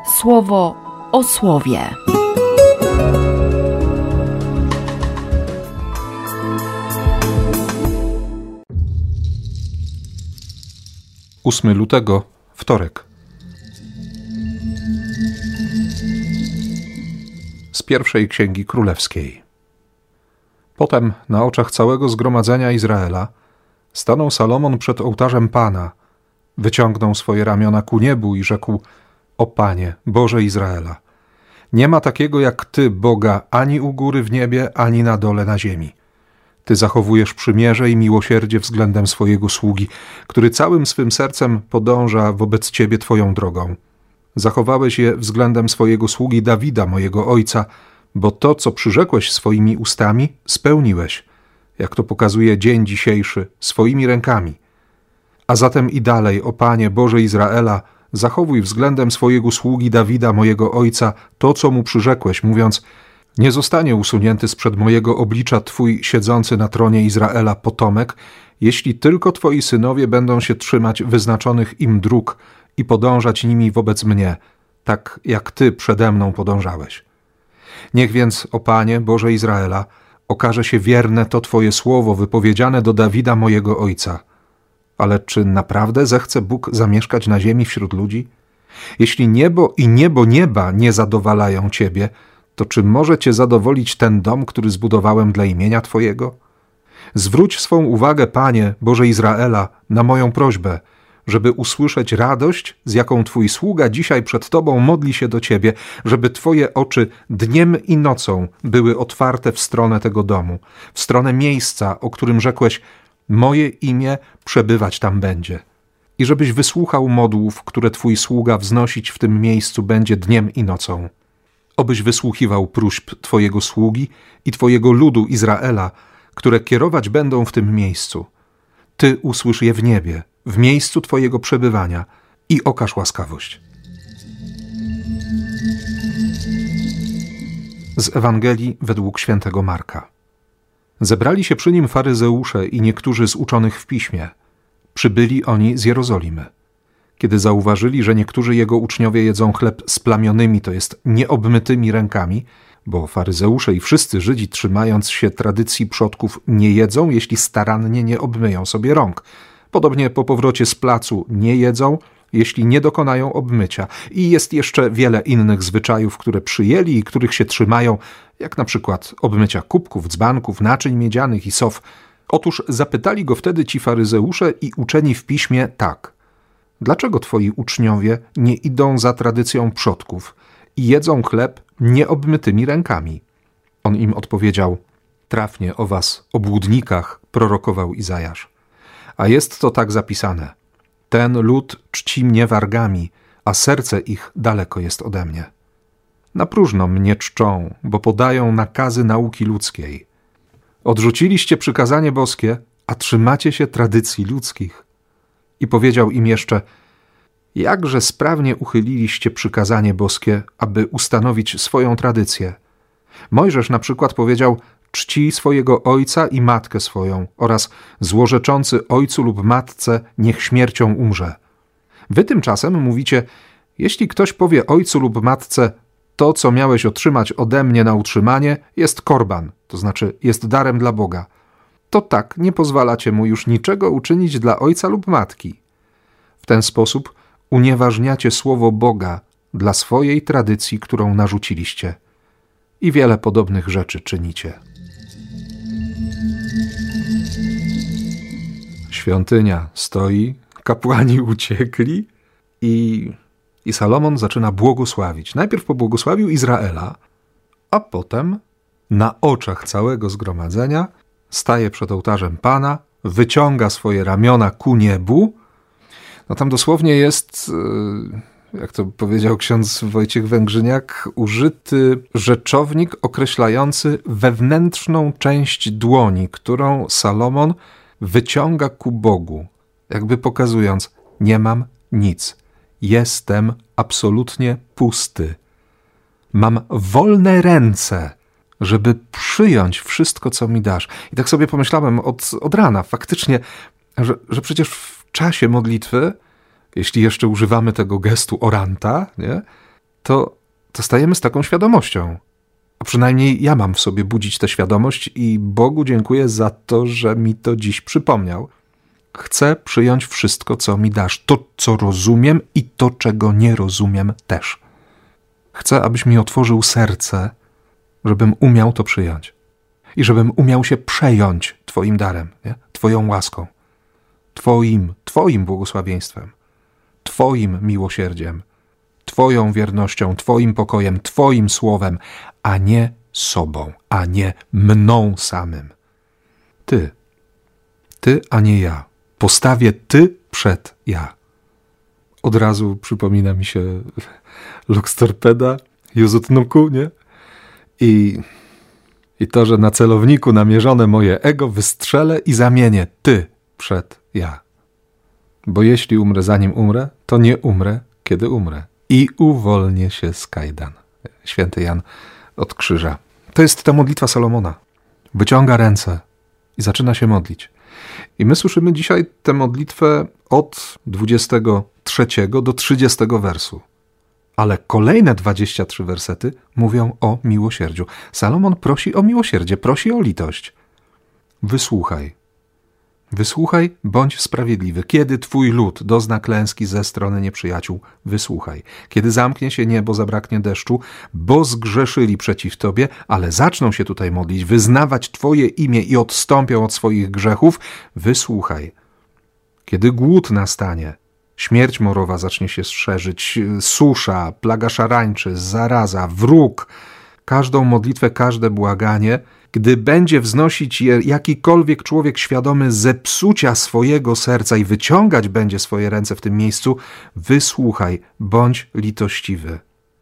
Słowo o słowie. 8 lutego, wtorek. Z pierwszej Księgi Królewskiej. Potem na oczach całego zgromadzenia Izraela stanął Salomon przed ołtarzem Pana, wyciągnął swoje ramiona ku niebu i rzekł: O Panie, Boże Izraela, nie ma takiego jak Ty, Boga, ani u góry w niebie, ani na dole na ziemi. Ty zachowujesz przymierze i miłosierdzie względem swojego sługi, który całym swym sercem podąża wobec Ciebie Twoją drogą. Zachowałeś je względem swojego sługi Dawida, mojego ojca, bo to, co przyrzekłeś swoimi ustami, spełniłeś, jak to pokazuje dzień dzisiejszy, swoimi rękami. A zatem i dalej, o Panie, Boże Izraela, zachowuj względem swojego sługi Dawida, mojego ojca, to, co mu przyrzekłeś, mówiąc: nie zostanie usunięty sprzed mojego oblicza Twój siedzący na tronie Izraela potomek, jeśli tylko Twoi synowie będą się trzymać wyznaczonych im dróg i podążać nimi wobec mnie, tak jak Ty przede mną podążałeś. Niech więc, o Panie, Boże Izraela, okaże się wierne to Twoje słowo wypowiedziane do Dawida, mojego ojca. Ale czy naprawdę zechce Bóg zamieszkać na ziemi wśród ludzi? Jeśli niebo i niebo nieba nie zadowalają Ciebie, to czy może Cię zadowolić ten dom, który zbudowałem dla imienia Twojego? Zwróć swą uwagę, Panie, Boże Izraela, na moją prośbę, żeby usłyszeć radość, z jaką Twój sługa dzisiaj przed Tobą modli się do Ciebie, żeby Twoje oczy dniem i nocą były otwarte w stronę tego domu, w stronę miejsca, o którym rzekłeś: moje imię przebywać tam będzie. I żebyś wysłuchał modłów, które Twój sługa wznosić w tym miejscu będzie dniem i nocą. Obyś wysłuchiwał próśb Twojego sługi i Twojego ludu Izraela, które kierować będą w tym miejscu. Ty usłysz je w niebie, w miejscu Twojego przebywania i okaż łaskawość. Z Ewangelii według świętego Marka. Zebrali się przy nim faryzeusze i niektórzy z uczonych w piśmie. Przybyli oni z Jerozolimy. Kiedy zauważyli, że niektórzy jego uczniowie jedzą chleb splamionymi, to jest nieobmytymi rękami, bo faryzeusze i wszyscy Żydzi, trzymając się tradycji przodków, nie jedzą, jeśli starannie nie obmyją sobie rąk. Podobnie po powrocie z placu nie jedzą, jeśli nie dokonają obmycia. I jest jeszcze wiele innych zwyczajów, które przyjęli i których się trzymają, jak na przykład obmycia kubków, dzbanków, naczyń miedzianych i sow. Otóż zapytali go wtedy ci faryzeusze i uczeni w piśmie tak: dlaczego Twoi uczniowie nie idą za tradycją przodków i jedzą chleb nieobmytymi rękami? On im odpowiedział: trafnie o was, obłudnikach, prorokował Izajasz. A jest to tak zapisane: ten lud czci mnie wargami, a serce ich daleko jest ode mnie. Na próżno mnie czczą, bo podają nakazy nauki ludzkiej. Odrzuciliście przykazanie boskie, a trzymacie się tradycji ludzkich. I powiedział im jeszcze: jakże sprawnie uchyliliście przykazanie boskie, aby ustanowić swoją tradycję. Mojżesz na przykład powiedział: czci swojego ojca i matkę swoją oraz złorzeczący ojcu lub matce niech śmiercią umrze. Wy tymczasem mówicie: jeśli ktoś powie ojcu lub matce: to, co miałeś otrzymać ode mnie na utrzymanie, jest korban, to znaczy jest darem dla Boga, to tak nie pozwalacie mu już niczego uczynić dla ojca lub matki. W ten sposób unieważniacie słowo Boga dla swojej tradycji, którą narzuciliście. I wiele podobnych rzeczy czynicie. Świątynia stoi, kapłani uciekli i Salomon zaczyna błogosławić. Najpierw pobłogosławił Izraela, a potem na oczach całego zgromadzenia staje przed ołtarzem Pana, wyciąga swoje ramiona ku niebu. No tam dosłownie jest, jak to powiedział ksiądz Wojciech Węgrzyniak, użyty rzeczownik określający wewnętrzną część dłoni, którą Salomon wyciąga ku Bogu, jakby pokazując: nie mam nic, jestem absolutnie pusty. Mam wolne ręce, żeby przyjąć wszystko, co mi dasz. I tak sobie pomyślałem od rana faktycznie, że przecież w czasie modlitwy, jeśli jeszcze używamy tego gestu oranta, nie, to stajemy z taką świadomością. A przynajmniej ja mam w sobie budzić tę świadomość i Bogu dziękuję za to, że mi to dziś przypomniał. Chcę przyjąć wszystko, co mi dasz. To, co rozumiem i to, czego nie rozumiem też. Chcę, abyś mi otworzył serce, żebym umiał to przyjąć. I żebym umiał się przejąć Twoim darem, nie? Twoją łaską, Twoim błogosławieństwem, Twoim miłosierdziem, Twoją wiernością, Twoim pokojem, Twoim słowem, a nie sobą, a nie mną samym. Ty, a nie ja. Postawię Ty przed ja. Od razu przypomina mi się Lux Torpeda, Józut Nuku, nie? I to, że na celowniku namierzone moje ego wystrzelę i zamienię Ty przed ja. Bo jeśli umrę zanim umrę, to nie umrę, kiedy umrę. I uwolnię się z kajdan. Święty Jan od krzyża. To jest ta modlitwa Salomona. Wyciąga ręce i zaczyna się modlić. I my słyszymy dzisiaj tę modlitwę od 23 do 30 wersu. Ale kolejne 23 wersety mówią o miłosierdziu. Salomon prosi o miłosierdzie, prosi o litość. Wysłuchaj, bądź sprawiedliwy. Kiedy Twój lud dozna klęski ze strony nieprzyjaciół, wysłuchaj. Kiedy zamknie się niebo, zabraknie deszczu, bo zgrzeszyli przeciw Tobie, ale zaczną się tutaj modlić, wyznawać Twoje imię i odstąpią od swoich grzechów, wysłuchaj. Kiedy głód nastanie, śmierć morowa zacznie się szerzyć, susza, plaga szarańczy, zaraza, wróg, każdą modlitwę, każde błaganie, gdy będzie wznosić je jakikolwiek człowiek świadomy zepsucia swojego serca i wyciągać będzie swoje ręce w tym miejscu, wysłuchaj, bądź litościwy.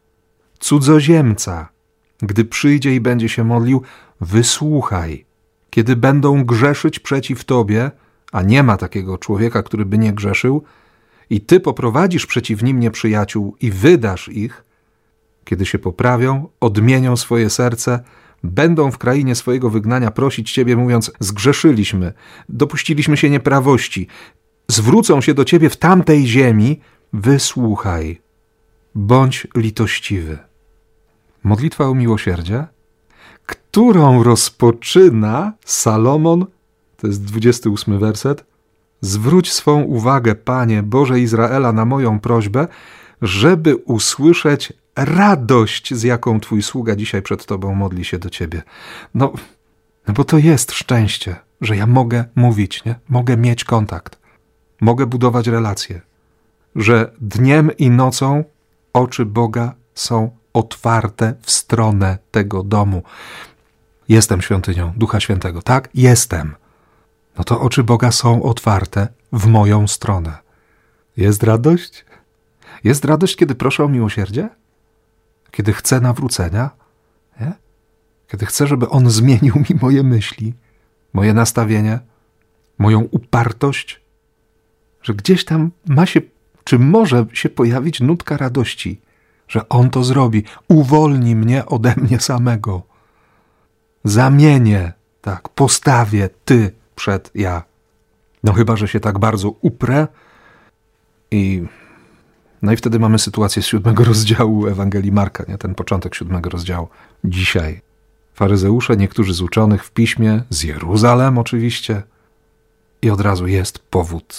Cudzoziemca, gdy przyjdzie i będzie się modlił, wysłuchaj. Kiedy będą grzeszyć przeciw Tobie, a nie ma takiego człowieka, który by nie grzeszył, i Ty poprowadzisz przeciw nim nieprzyjaciół i wydasz ich, kiedy się poprawią, odmienią swoje serce, będą w krainie swojego wygnania prosić Ciebie, mówiąc: zgrzeszyliśmy, dopuściliśmy się nieprawości, zwrócą się do Ciebie w tamtej ziemi, wysłuchaj, bądź litościwy. Modlitwa o miłosierdzie, którą rozpoczyna Salomon, to jest 28 werset, zwróć swą uwagę, Panie Boże Izraela, na moją prośbę, żeby usłyszeć radość, z jaką Twój sługa dzisiaj przed Tobą modli się do Ciebie. No bo to jest szczęście, że ja mogę mówić, nie? Mogę mieć kontakt, mogę budować relacje, że dniem i nocą oczy Boga są otwarte w stronę tego domu. Jestem świątynią Ducha Świętego, tak? Jestem. No to oczy Boga są otwarte w moją stronę. Jest radość? Jest radość, kiedy proszę o miłosierdzie? Kiedy chcę nawrócenia? Nie? Kiedy chcę, żeby On zmienił mi moje myśli, moje nastawienie, moją upartość? Że gdzieś tam ma się, czy może się pojawić nutka radości, że On to zrobi, uwolni mnie ode mnie samego. Zamienię, tak, postawię Ty przed ja. No chyba, że się tak bardzo uprę no i wtedy mamy sytuację z 7 rozdziału Ewangelii Marka, nie? Ten początek 7 rozdziału. Dzisiaj faryzeusze, niektórzy z uczonych w piśmie, z Jeruzalem oczywiście, i od razu jest powód,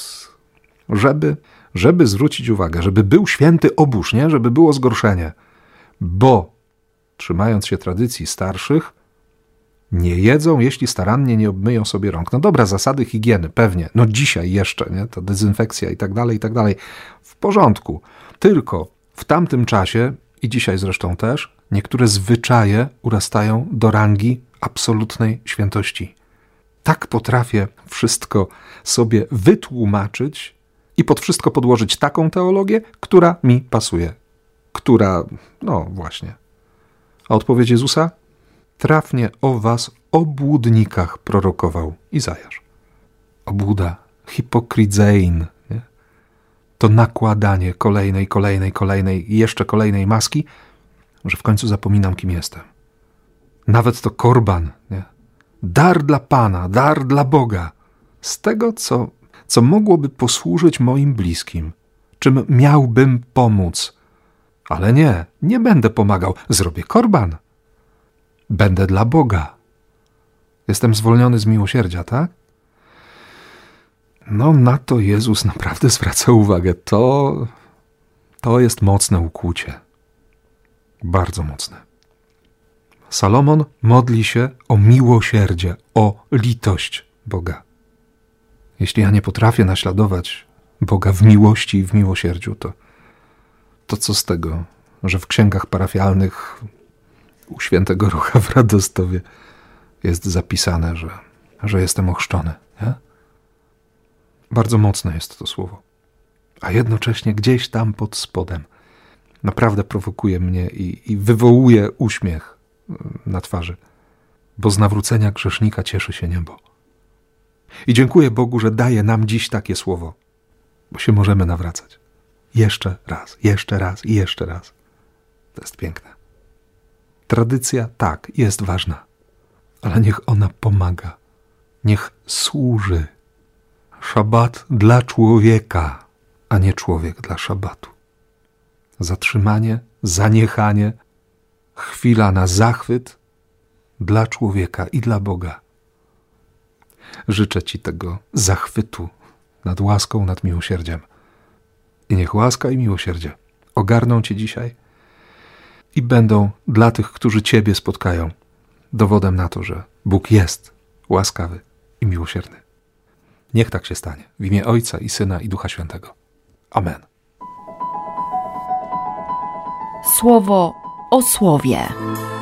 żeby zwrócić uwagę, żeby był święty obóz, nie? Żeby było zgorszenie, bo trzymając się tradycji starszych, nie jedzą, jeśli starannie nie obmyją sobie rąk. No dobra, zasady higieny, pewnie. No dzisiaj jeszcze, nie? To dezynfekcja i tak dalej. W porządku. Tylko w tamtym czasie, i dzisiaj zresztą też, niektóre zwyczaje urastają do rangi absolutnej świętości. Tak potrafię wszystko sobie wytłumaczyć i pod wszystko podłożyć taką teologię, która mi pasuje. No właśnie. A odpowiedź Jezusa? Trafnie o was, obłudnikach, prorokował Izajasz. Obłuda, hipokrizein, nie? To nakładanie kolejnej i jeszcze kolejnej maski, że w końcu zapominam, kim jestem. Nawet to korban, nie? Dar dla Pana, dar dla Boga. Z tego, co mogłoby posłużyć moim bliskim, czym miałbym pomóc. Ale nie będę pomagał. Zrobię korban. Będę dla Boga. Jestem zwolniony z miłosierdzia, tak? No na to Jezus naprawdę zwraca uwagę. To jest mocne ukłucie. Bardzo mocne. Salomon modli się o miłosierdzie, o litość Boga. Jeśli ja nie potrafię naśladować Boga w miłości i w miłosierdziu, to co z tego, że w księgach parafialnych u świętego Rocha w Radostowie jest zapisane, że jestem ochrzczony. Nie? Bardzo mocne jest to słowo. A jednocześnie gdzieś tam pod spodem naprawdę prowokuje mnie i wywołuje uśmiech na twarzy, bo z nawrócenia grzesznika cieszy się niebo. I dziękuję Bogu, że daje nam dziś takie słowo, bo się możemy nawracać. Jeszcze raz i jeszcze raz. To jest piękne. Tradycja tak, jest ważna, ale niech ona pomaga. Niech służy. Szabat dla człowieka, a nie człowiek dla szabatu. Zatrzymanie, zaniechanie, chwila na zachwyt dla człowieka i dla Boga. Życzę Ci tego zachwytu nad łaską, nad miłosierdziem. I niech łaska i miłosierdzie ogarną Cię dzisiaj i będą dla tych, którzy Ciebie spotkają, dowodem na to, że Bóg jest łaskawy i miłosierny. Niech tak się stanie. W imię Ojca i Syna i Ducha Świętego. Amen. Słowo o słowie.